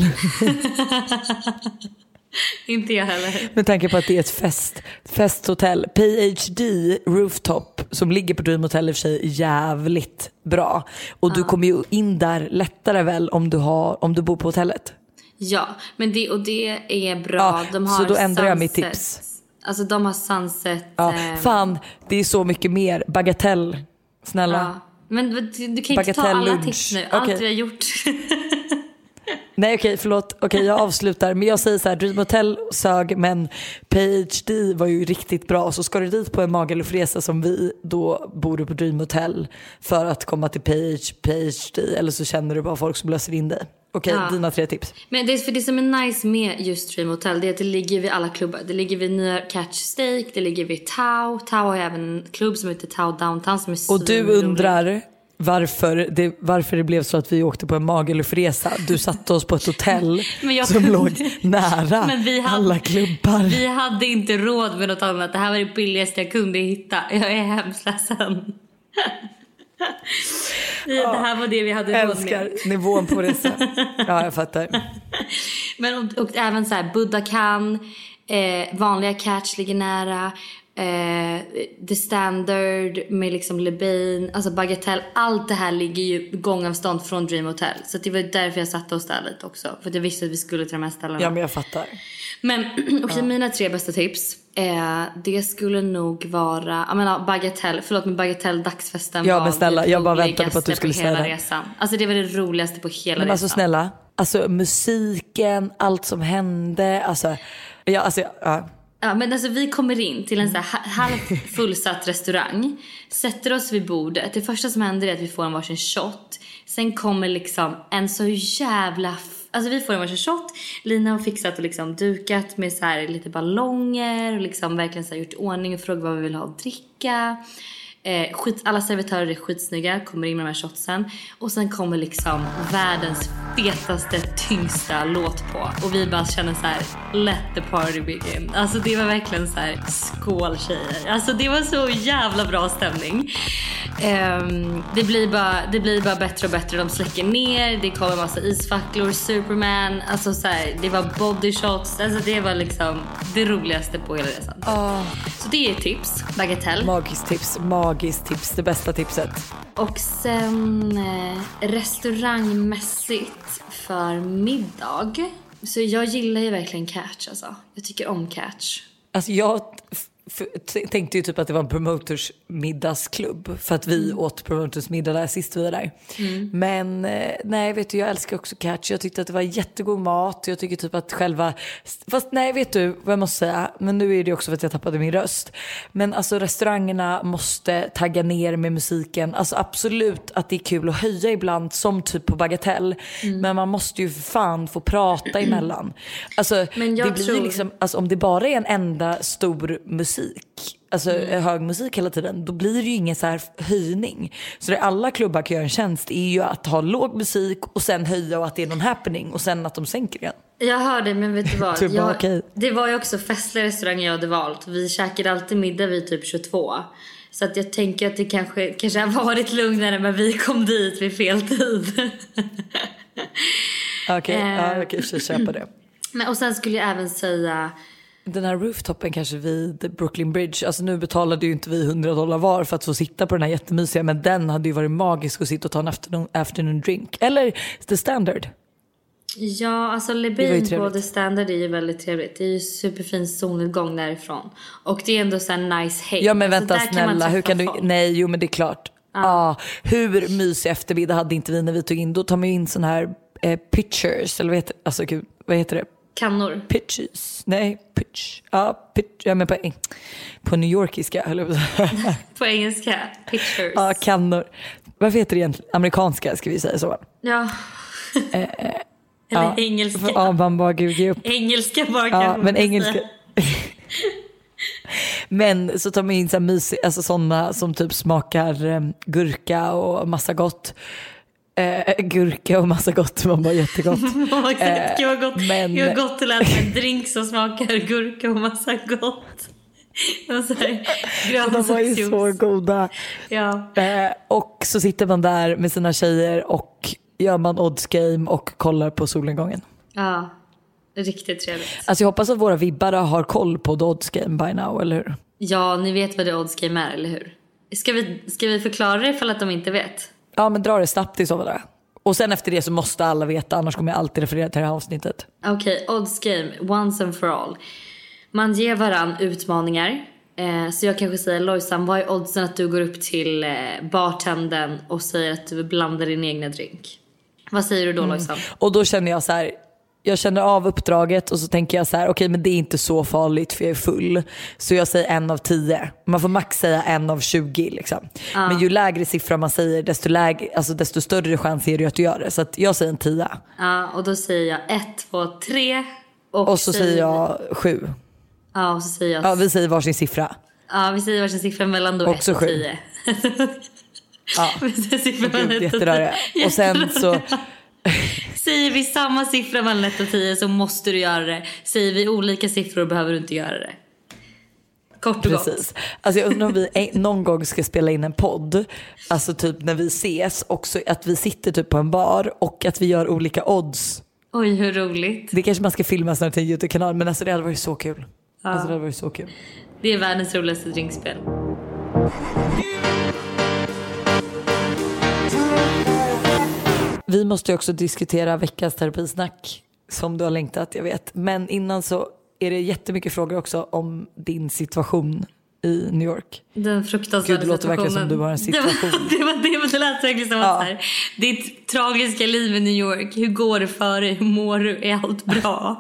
Inte jag heller. Med tanke på att det är ett festhotell. PhD Rooftop som ligger på Dream Hotel i och för sig jävligt bra. Och du kommer ju in där lättare väl om du bor på hotellet. Ja, men det är bra. Ja, de har så då ändrar sunset. Jag mitt tips. Alltså de har sunset. Ja, fan, det är så mycket mer. Bagatell, snälla. Ja. Men du kan inte Bagatell ta alla lunch. tips nu. Okay. Allt vi har gjort. Nej okej, förlåt. Okej, jag avslutar. Men jag säger så här, Dream Hotel sög, men PhD var ju riktigt bra. Så ska du dit på en Magalufresa som vi, då bor du på Dream Hotel för att komma till PhD. Eller så känner du bara folk som löser in dig. Okej, dina 3 tips. Men det som är nice med just Dream Hotel, det är att det ligger vid alla klubbar. Det ligger vid nya Catch Steak, det ligger vid Tao. Tao har även en klubb som heter Tao Downtown som är och du undrar varför det blev så att vi åkte på en Magalufresa. Du satte oss på ett hotell som låg nära alla klubbar. Vi hade inte råd med något annat. Det här var det billigaste jag kunde hitta. Jag är hemskt ledsen. Det här var det vi hade råd med. Älskar nivån på resa. Ja, jag fattar. Men och även så här Budokan, vanliga Catch ligger nära. The Standard med liksom Le Bain, alltså Bagatelle, allt det här ligger ju gångavstånd från Dream Hotel. Så det var därför jag satte oss där lite också, för att jag visste att vi skulle till de här ställena. Ja, men jag fattar. Men okej, mina 3 bästa tips, det skulle nog vara, jag menar Bagatelle, Bagatelle dagsfesten. Ja, men snälla, jag bara väntade på att du skulle säga det. Resan. Alltså det var det roligaste på hela men resan. alltså snälla, alltså musiken, allt som hände, alltså ja. Ja, men alltså vi kommer in till en så här halvfullsatt restaurang, sätter oss vid bordet. Det första som händer är att vi får en varsin shot. Sen kommer liksom en så jävla... Alltså vi får en varsin shot. Lina har fixat och liksom dukat med så här lite ballonger. Och liksom verkligen så här gjort ordning och frågat vad vi vill ha att dricka. Alla servitörer är skitsnygga, kommer in med de här shotsen. Och sen kommer liksom världens fetaste, tyngsta låt på. Och vi bara känner så här: let the party begin. Alltså det var verkligen så här: skål tjejer. Alltså det var så jävla bra stämning. Det blir bara bättre och bättre. De släcker ner, det kommer massa isfacklor, Superman. Alltså så här, det var body shots. Alltså det var liksom det roligaste på hela resan. Så det är tips, Bagatelle. Magiskt tips, det bästa tipset. Och sen restaurangmässigt för middag. Så jag gillar ju verkligen Catch, alltså. Jag tycker om Catch. Alltså jag tänkte ju typ att det var en promoters middagsklubb, för att vi åt promoters middag där sist vi var där. Men nej, vet du, jag älskar också Catch. Jag tyckte att det var jättegod mat. Jag tycker typ att fast nej, vet du vad jag måste säga, men nu är det också för att jag tappade min röst. Men alltså restaurangerna måste tagga ner med musiken. Alltså absolut att det är kul att höja ibland, som typ på Bagatelle. Men man måste ju fan få prata emellan. Alltså men det blir liksom, alltså om det bara är en enda stor musik, alltså hög musik hela tiden, då blir det ju ingen så här höjning. Så det alla klubbar kan göra en tjänst är ju att ha låg musik och sen höja, och att det är någon happening och sen att de sänker igen. Jag hör det, men vet du vad? Okay. Det var ju också festliga restauranger jag hade valt. Vi käkade alltid middag vid typ 22. Så att jag tänker att det kanske har varit lugnare, men vi kom dit vid fel tid. Okej, så köper det. Men, och sen skulle jag även säga den här rooftopen kanske vid Brooklyn Bridge. Alltså nu betalade ju inte vi $100 var för att få sitta på den här jättemysiga, men den hade ju varit magisk att sitta och ta en afternoon drink. Eller The Standard. Ja, alltså Le Bain på The Standard är ju väldigt trevligt. Det är ju superfin solnedgång därifrån. Och det är ändå så här nice hate. Ja, men vänta, alltså, snälla, hur kan du... Nej, jo men det är klart. Hur mysig eftermiddag hade inte vi när vi tog in. Då tar man ju in sån här pitchers, eller vad heter det? Kannor. Pitches. Nej, pitch. Ja, pitch. Ja, men på New Yorkiska, eller på engelska, pitchers. Ja, kannor. Vad heter det egentligen? Amerikanska, ska vi säga så. Ja. Eller engelska. Ja, man bara gud ge upp. Engelska bara Ja, kanske. men engelska. Men så tar man in så här mysig, alltså sådana som typ smakar gurka och massa gott. Gurka och massa gott, man bara jättegott. Gud vad gott. Men... Gud vad gott att läsa en drink som smakar gurka och massa gott. De var ju så goda. Ja. Och så sitter man där med sina tjejer och gör man odds game och kollar på solnedgången. Ja, riktigt trevligt. Alltså jag hoppas att våra vibbare har koll på odds game by now, eller hur? Ja, ni vet vad det odds game är, eller hur? Ska vi förklara det ifall att de inte vet? Ja, men dra det snabbt i så fall. Och sen efter det så måste alla veta, annars kommer jag alltid referera till det här avsnittet. Okej, odds game, once and for all. Man ger varann utmaningar. Så jag kanske säger, Lojsan, vad är oddsen att du går upp till bartendern och säger att du blandar din egna drink? Vad säger du då, Lojsan? Och då känner jag så här, jag känner av uppdraget och så tänker jag så här, okej, men det är inte så farligt för jag är full. Så jag säger 1 av 10. Man får max säga 1 av 20 liksom. Men ju lägre siffra man säger, desto större chans är det att du gör det. Så att jag säger en 10. Ja, och då säger jag 1, 2, 3. Och så säger jag 7. Ja, och så säger jag... Ja, vi säger varsin siffra. Ja, vi säger varsin siffra mellan då 1 och 10. Ja, gud, jätteröriga. Och sen så... Säger vi samma siffra mellan 1 och 10 så måste du göra det. Säger vi olika siffror behöver du inte göra det. Kort och precis. Gott. Alltså jag undrar om vi någon gång ska spela in en podd. Alltså typ när vi ses. Också att vi sitter typ på en bar och att vi gör olika odds. Oj, hur roligt. Det kanske man ska filma snart till en YouTube-kanal. Men alltså det hade varit så kul. Ja. Alltså det hade varit så kul. Det är världens roligaste drinkspel. Vi måste ju också diskutera veckans terapisnack som du har längtat, jag vet. Men innan så är det jättemycket frågor också om din situation i New York. Den fruktansvärda situationen. Gud, det låter verkligen som du har en situation. Det lät verkligen som att här, ditt tragiska liv i New York. Hur går det för dig? Hur mår du? Är allt bra?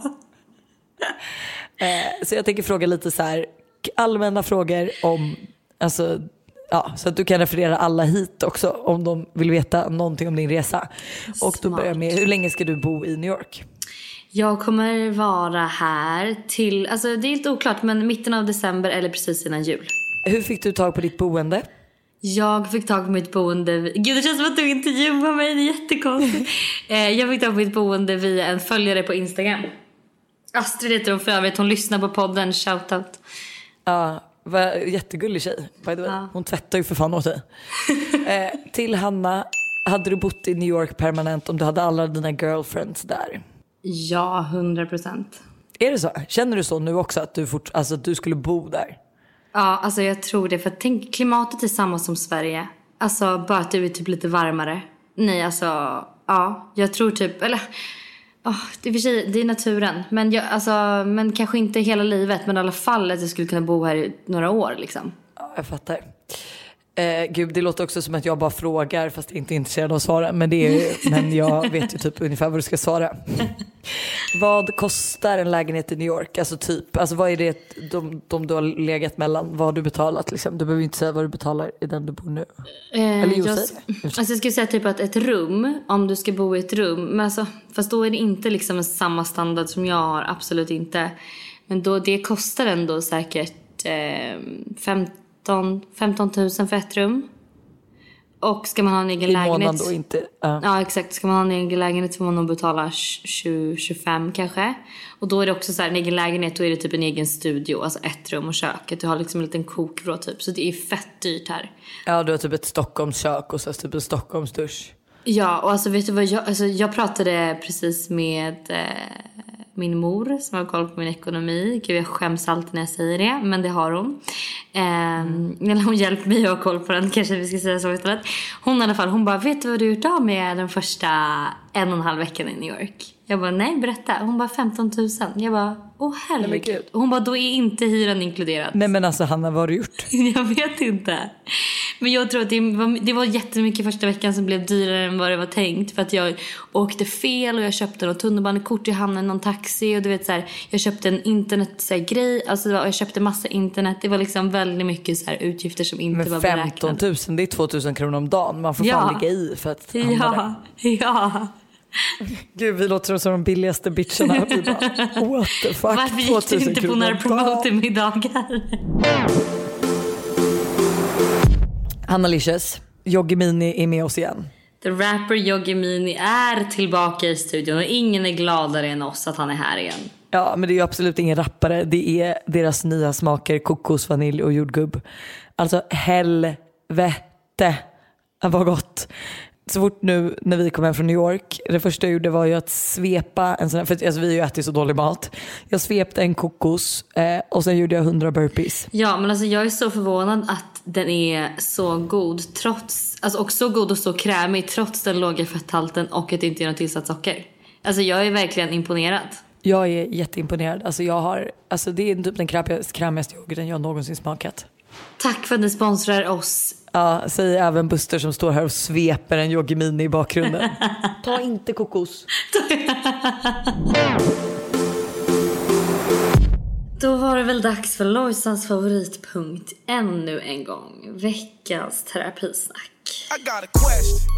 Så jag tänker fråga lite så här allmänna frågor om, alltså, ja, så att du kan referera alla hit också om de vill veta någonting om din resa. Och då börjar jag med, hur länge ska du bo i New York? Jag kommer vara här till, alltså det är lite oklart, men mitten av december eller precis innan jul. Hur fick du tag på ditt boende? Jag fick tag på mitt boende. Gud, det känns som att du intervjuar mig. Det är jättekonstigt. Jag fick tag på mitt boende via en följare på Instagram. Astrid heter hon för övrigt. Hon lyssnar på podden. Shoutout. Ja, jättegullig tjej, by the way. Ja. Hon tvättar ju för fan åt dig. Till Hanna, hade du bott i New York permanent om du hade alla dina girlfriends där? Ja, 100%. Är det så? Känner du så nu också att att du skulle bo där? Ja, alltså jag tror det. För tänk, klimatet är samma som Sverige. Alltså bara att det är typ lite varmare. Nej, alltså, ja, jag tror typ, eller... det är naturen. Men kanske inte hela livet. Men i alla fall att jag skulle kunna bo här i några år liksom. Ja, jag fattar. Gud, det låter också som att jag bara frågar fast inte är intresserad av att svara. Men jag vet ju typ ungefär vad du ska svara. Vad kostar en lägenhet i New York? Alltså typ, alltså vad är det de du har legat mellan? Vad har du betalat liksom? Du behöver inte säga vad du betalar i den du bor nu. Eller jag skulle säga typ att ett rum, om du ska bo i ett rum, men alltså, fast då är det inte liksom samma standard som jag har, absolut inte. Men då, det kostar ändå säkert 15 000 för ett rum. Och ska man ha en egen lägenhet då inte, ja, exakt. Ska man ha en egen lägenhet så får man nog betala 20-25 kanske. Och då är det också så här, en egen lägenhet, då är det typ en egen studio, alltså ett rum och kök. Du har liksom en liten kokvrå typ. Så det är fett dyrt här. Ja, du har typ ett Stockholmskök och så typ en Stockholmsdusch. Ja, och alltså vet du vad jag pratade precis med min mor som har koll på min ekonomi. Gud, jag skäms alltid när jag säger det, men det har hon. Hon hjälper mig att ha koll på den, kanske vi ska säga så istället. Hon i alla fall, hon bara, vet du vad du gjort av med den första 1,5 veckan i New York? Jag bara, nej, berätta. Hon bara, 15 000. Jag bara, herregud. Hon bara, då är inte hyran inkluderad. Nej, men alltså Hanna, vad har du gjort? Jag vet inte. Men jag tror att det var jättemycket första veckan som blev dyrare än vad det var tänkt. För att jag åkte fel och jag köpte något tunnelbanekort, jag hamnade i någon taxi. Och du vet så här, jag köpte en internetgrej. Alltså jag köpte massa internet. Det var liksom väldigt mycket så här utgifter som inte var beräknade. Men 15 000, det är 2 000 kronor om dagen. Man får fan ligga i för att hamna där. Ja. Gud, vi låter som de billigaste bitcherna. Vi bara, what the fuck? Varför gick du inte på några promoter-middagar? Hanna Licious, Yogimini är med oss igen. The rapper Yogimini är tillbaka i studion och ingen är gladare än oss att han är här igen. Ja, men det är ju absolut ingen rappare. Det är deras nya smaker, kokos, vanilj och jordgubb. Alltså helvete, vad gott. Så fort nu när vi kom hem från New York, det första jag gjorde var ju att svepa en sån här, för alltså, vi har ju ätit så dålig mat. Jag svepte en kokos och sen gjorde jag 100 burpees. Ja, men alltså jag är så förvånad att den är så god trots, alltså och så god och så krämig trots den låga fetthalten och att det inte är något tillsatt socker. Alltså jag är verkligen imponerad. Jag är jätteimponerad. Alltså det är typ den krämigaste yoghurten jag någonsin smakat. Tack för att ni sponsrar oss. Ja, säger även Buster som står här och sveper en Yogimini i bakgrunden. Ta inte kokos. Då var det väl dags för Lojsans favoritpunkt ännu en gång. Veckans terapisnack. I got a question.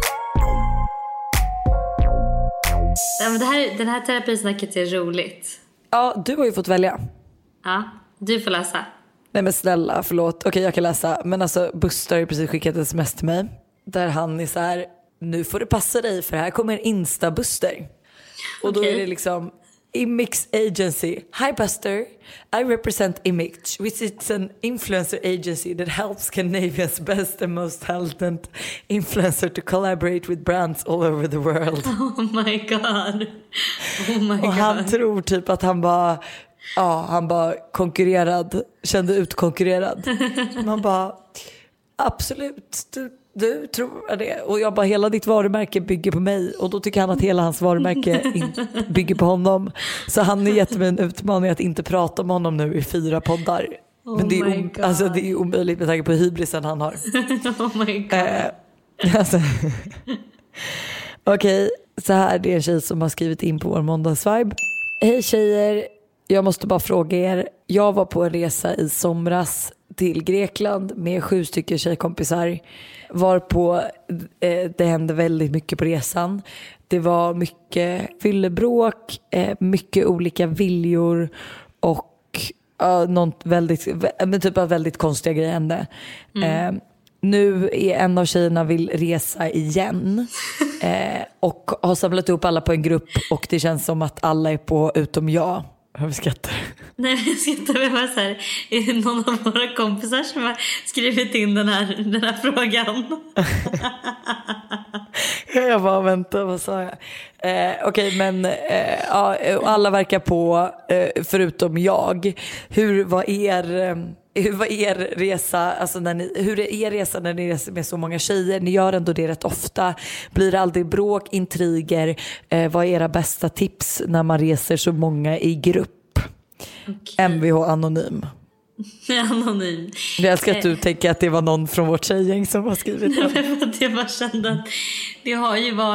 Ja, men den här terapisnacket är roligt. Ja, du har ju fått välja. Ja, du får läsa. Nej men snälla, förlåt. Okej, jag kan läsa. Men alltså, Buster har ju precis skickat ett sms till mig. Där han är så här: nu får du passa dig för här kommer Insta-Buster. Och då är det liksom Imix Agency. Hi Buster, I represent Imix, which is an influencer agency that helps Scandinavia's best and most talented influencer to collaborate with brands all over the world. Oh my god. Oh my god. Och han tror typ att han bara konkurrerad, kände utkonkurrerad. Man bara, absolut, du tror det. Och jag bara, hela ditt varumärke bygger på mig. Och då tycker han att hela hans varumärke bygger på honom. Så han är gett mig en utmaning att inte prata om honom nu i 4 poddar. Men det är, alltså, det är omöjligt med tanke på hybrisen han har. Oh my god. Alltså. Okej, så här, det är en tjej som har skrivit in på vår måndagsvibe. Hej tjejer, jag måste bara fråga er. Jag var på en resa i somras till Grekland med 7 stycken tjejkompisar. Varpå det hände väldigt mycket på resan. Det var mycket fyllebråk, mycket olika viljor och något väldigt konstiga grejer hände. Nu är en av tjejerna vill resa igen och har samlat upp alla på en grupp och det känns som att alla är på utom jag. Jag skrattar. Nej, jag skrattar med så här. Är det någon av våra kompisar som har skrivit in den här frågan? Jag bara, vänta, vad sa jag? Okej, men alla verkar på förutom jag. Hur var er resa, alltså hur är er resa när ni reser med så många tjejer? Ni gör ändå det rätt ofta. Blir det aldrig bråk, intriger? Vad är era bästa tips när man reser så många i grupp? Okay. Mvh Anonym. Anonym. Jag älskar att du tänker att det var någon från vårt tjejgäng som har skrivit det. Jag bara kände att det har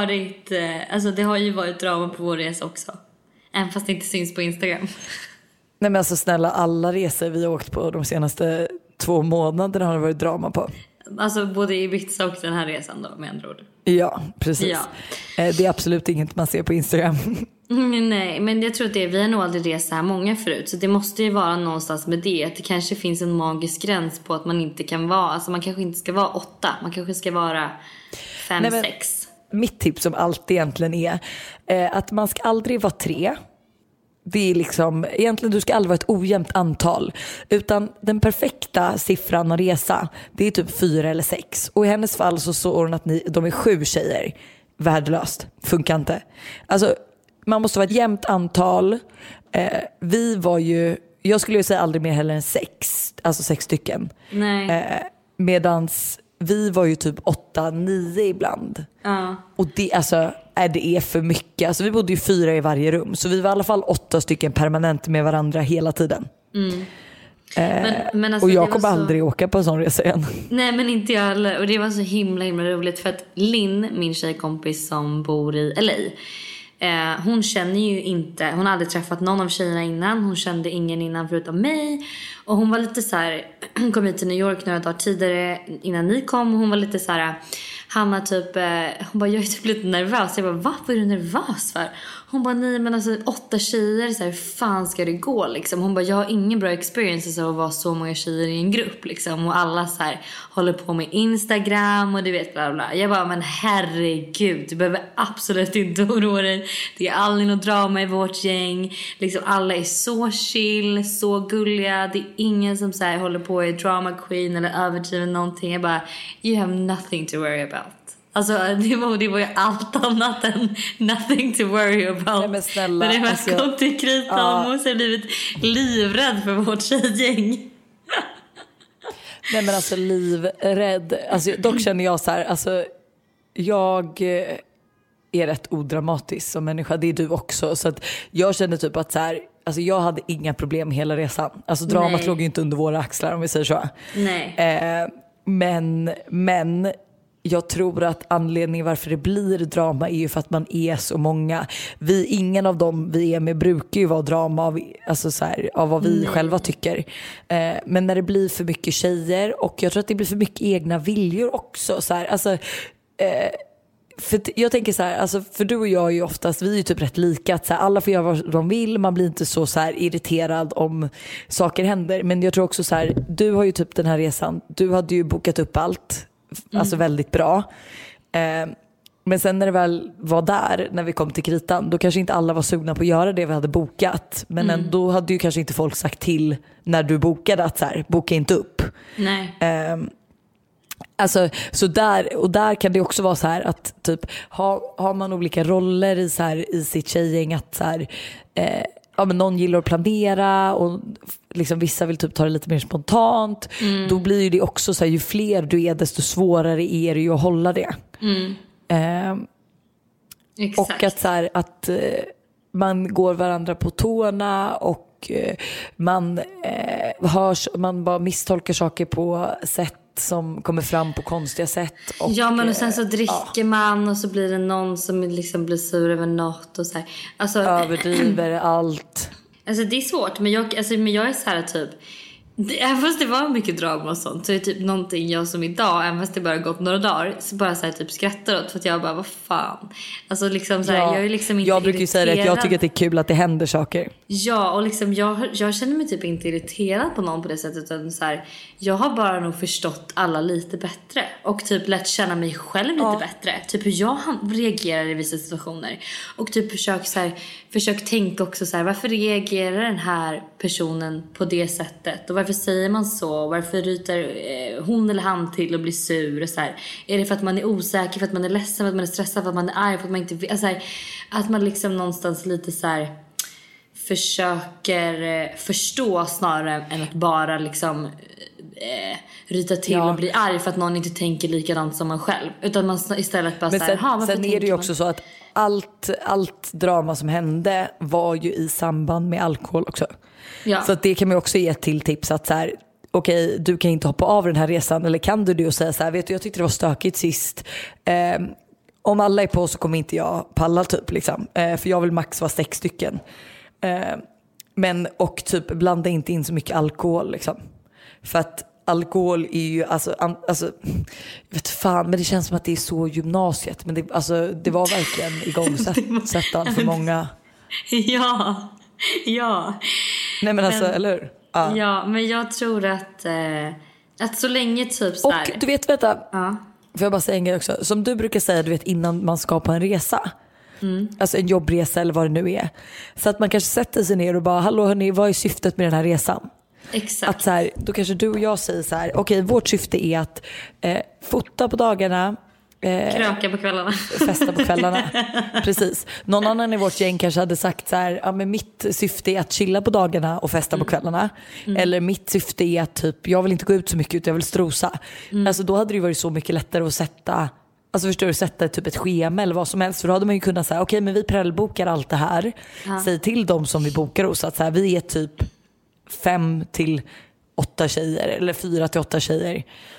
ju varit drama på vår resa också. Även fast det inte syns på Instagram. Nej men alltså snälla, alla resor vi har åkt på de senaste 2 månaderna har det varit drama på. Alltså både Ibiza och den här resan då, med andra ord. Ja, precis. Ja. Det är absolut inget man ser på Instagram. Nej, men jag tror att vi har nog aldrig rest så här många förut. Så det måste ju vara någonstans med det. Att det kanske finns en magisk gräns på att man inte kan vara, alltså man kanske inte ska vara 8. Man kanske ska vara 5-6. Mitt tips som alltid egentligen är att man ska aldrig vara 3. Det är liksom, egentligen du ska aldrig vara ett ojämnt antal. Utan den perfekta siffran att resa, det är typ 4 eller 6. Och i hennes fall så såg hon att de är 7 tjejer. Värdelöst, funkar inte. Alltså man måste vara ett jämnt antal. Vi var ju, jag skulle ju säga aldrig mer heller än 6. Alltså 6 stycken. Nej. Medans vi var ju typ 8-9 ibland. Och det, alltså, det är för mycket. Alltså, vi bodde ju 4 i varje rum. Så vi var i alla fall 8 stycken permanent med varandra hela tiden. Men alltså, och jag kommer aldrig åka på en sån resa igen. Nej, men inte jag heller. Och det var så himla roligt. För att Linn, min tjejkompis som bor i LA, hon känner ju inte, hon har aldrig träffat någon av tjejerna innan. Hon kände ingen innan förutom mig. Och hon var lite så här, hon kom hit till New York några dagar tidigare innan ni kom. Och hon var lite så här han har typ, hon bara, jag är typ lite nervös. Jag bara, vad är du nervös för? Hon bara, nej men alltså 8 tjejer, så här, hur fan ska det gå liksom? Hon bara, jag har ingen bra experiences av att vara så många tjejer i en grupp liksom. Och alla så här håller på med Instagram och du vet bla bla. Jag bara, men herregud, du behöver absolut inte oroa dig. Det är aldrig något drama i vårt gäng. Liksom alla är så chill, så gulliga. Det är ingen som så här håller på i drama queen eller överdriver någonting. Jag bara, you have nothing to worry about. Alltså det var ju allt annat än nothing to worry about. Nej, men snälla, när det var kom till kritan måste jag blivit livrädd för vårt tjejgäng. Nej men alltså livrädd. Alltså, dock känner jag så här, alltså jag är rätt odramatisk som människa, det är du också. Så att jag känner typ att så här, alltså jag hade inga problem med hela resan. Alltså dramat låg ju inte under våra axlar om vi säger så. Nej. Men jag tror att anledningen varför det blir drama är ju för att man är så många. Ingen av dem vi är med brukar ju vara drama av, alltså så här, av vad vi själva tycker. Men när det blir för mycket tjejer, och jag tror att det blir för mycket egna viljor också. Så här, alltså, för jag tänker så här, alltså, för du och jag är ju oftast, vi är ju typ rätt lika. Att så här, alla får göra vad de vill, man blir inte så här irriterad om saker händer. Men jag tror också så här, du har ju typ den här resan, du hade ju bokat upp allt. Alltså väldigt bra. Men sen när det väl var där, när vi kom till kritan, då kanske inte alla var sugna på att göra det vi hade bokat. Men ändå hade ju kanske inte folk sagt till när du bokade att så här, boka inte upp. Nej. Alltså, så där kan det också vara så här att typ har man olika roller i, så här, i sitt tjejgäng, att så här, ja, men någon gillar att planera och liksom vissa vill typ ta det lite mer spontant. Då blir ju det också så här, ju fler du är desto svårare är det ju att hålla det. Och att så här, att man går varandra på tårna och man bara misstolkar saker på sätt som kommer fram på konstiga sätt. Och, ja, men och sen så dricker man och så blir det någon som liksom blir sur över något och så här. Alltså, överdriver allt. Alltså det är svårt, men jag är så här typ, även fast det var mycket drama och sånt, så är det typ någonting jag som idag, även fast det bara gått några dagar, så bara så här typ skrattar åt, för att jag bara, vad fan. Alltså liksom så här, jag är liksom inte jag brukar ju säga att jag tycker att det är kul att det händer saker. Ja, och liksom jag känner mig typ inte irriterad på någon på det sättet, utan så här, jag har bara nog förstått alla lite bättre och typ lätt känna mig själv lite bättre, typ hur jag reagerar i vissa situationer, och typ försök tänka också så här, varför reagerar den här personen på det sättet, och varför säger man så, varför ryter hon eller han till och blir sur och så här. Är det för att man är osäker, för att man är ledsen, för att man är stressad, för att man är arg, för att man inte vill, alltså här, att man liksom någonstans lite så här försöker förstå snarare än att bara liksom ryta till och bli arg för att någon inte tänker likadant som man själv, utan man istället bara såhär, sen är det ju också så att allt drama som hände var ju i samband med alkohol också. Ja. Så att det kan man också ge till tips, att så här, okej, du kan inte hoppa av den här resan, eller kan du det och säga så här, vet du, jag tyckte det var stökigt sist, om alla är på så kommer inte jag palla typ liksom, för jag vill max vara 6 stycken, men och typ blanda inte in så mycket alkohol liksom, för att alkohol är ju alltså jag vet fan, men det känns som att det är så gymnasiet, men det var verkligen igångsättande för många. Ja. Nej men alltså, eller hur? Ja, men jag tror att så länge typ så här. Och du vet, vänta. Får jag bara säga en grej också? Som du brukar säga, du vet, innan man ska på en resa. Alltså en jobbresa eller vad det nu är. Så att man kanske sätter sig ner och bara, hallå hörni, vad är syftet med den här resan? Exakt. Att så här, då kanske du och jag säger så här, okej, vårt syfte är att fota på dagarna, kröka på kvällarna, festa på kvällarna. Precis. Någon annan i vårt gäng kanske hade sagt så här, ja, men mitt syfte är att chilla på dagarna och festa på kvällarna. Eller mitt syfte är att typ, jag vill inte gå ut så mycket utan jag vill strosa. Alltså då hade det ju varit så mycket lättare att sätta, alltså förstår du, sätta typ ett schema eller vad som helst. För då hade man ju kunnat säga, okej, men vi prellbokar allt det här. Säg till dem som vi bokar hos att så här, vi är typ 5 till 8 tjejer eller 4 till 8 tjejer.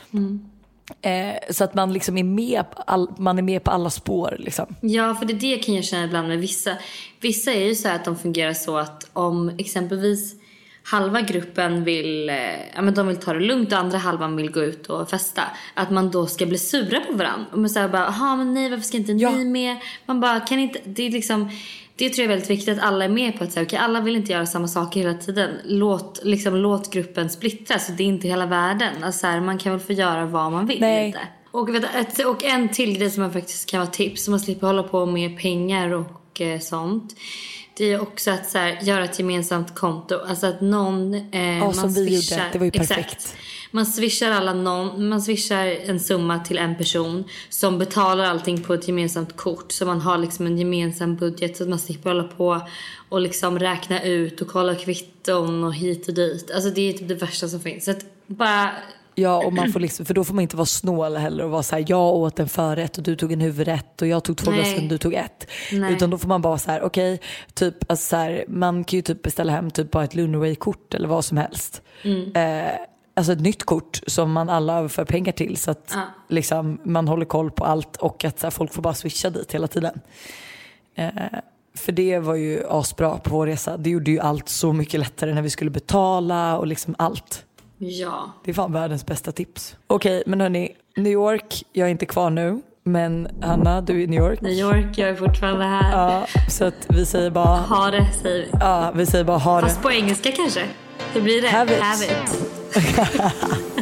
Så att man liksom är med på alla spår liksom. Ja, för det kan jag känna ibland med vissa är ju så här att de fungerar så att om exempelvis halva gruppen vill, de vill ta det lugnt och andra halvan vill gå ut och festa, att man då ska bli sura på varandra. Och man säger bara, men nej, varför ska inte ni med? Man bara, kan inte, det är liksom, det tror jag är väldigt viktigt att alla är med på att säga, okej, alla vill inte göra samma saker hela tiden. Låt gruppen splittras, så det är inte hela världen. Alltså här, man kan väl få göra vad man vill lite. Och en till grej som man faktiskt kan vara tips, så man slipper hålla på med pengar och sånt. Det är också att så här, göra ett gemensamt konto. Alltså att någon man som vi gjorde, det var ju perfekt. Exakt. Man swishar en summa till en person som betalar allting på ett gemensamt kort, så man har liksom en gemensam budget, så att man slipper hålla på och liksom räkna ut och kolla kvitton och hit och dit. Alltså det är typ det värsta som finns. Så att bara... Ja, och man får liksom, för då får man inte vara snål heller och vara så här, jag åt en förrätt och du tog en huvudrätt och jag tog 2 glas och du tog 1. Utan då får man bara så här, okej, typ, alltså så här, man kan ju typ beställa hem typ bara ett Lunaway-kort eller vad som helst. Alltså ett nytt kort som man alla överför pengar till, så att liksom, man håller koll på allt, och att så här, folk får bara swisha dit hela tiden. För det var ju asbra på vår resa. Det gjorde ju allt så mycket lättare när vi skulle betala och liksom allt. Ja. Det är fan världens bästa tips. Okej, men hörni, New York, jag är inte kvar nu. Men Hanna, du är i New York. New York, jag är fortfarande här. Ja, så att vi säger bara... Ha det, säger vi. Ja, vi säger bara ha det. Fast på engelska kanske. Hur blir det? Have it. Have it.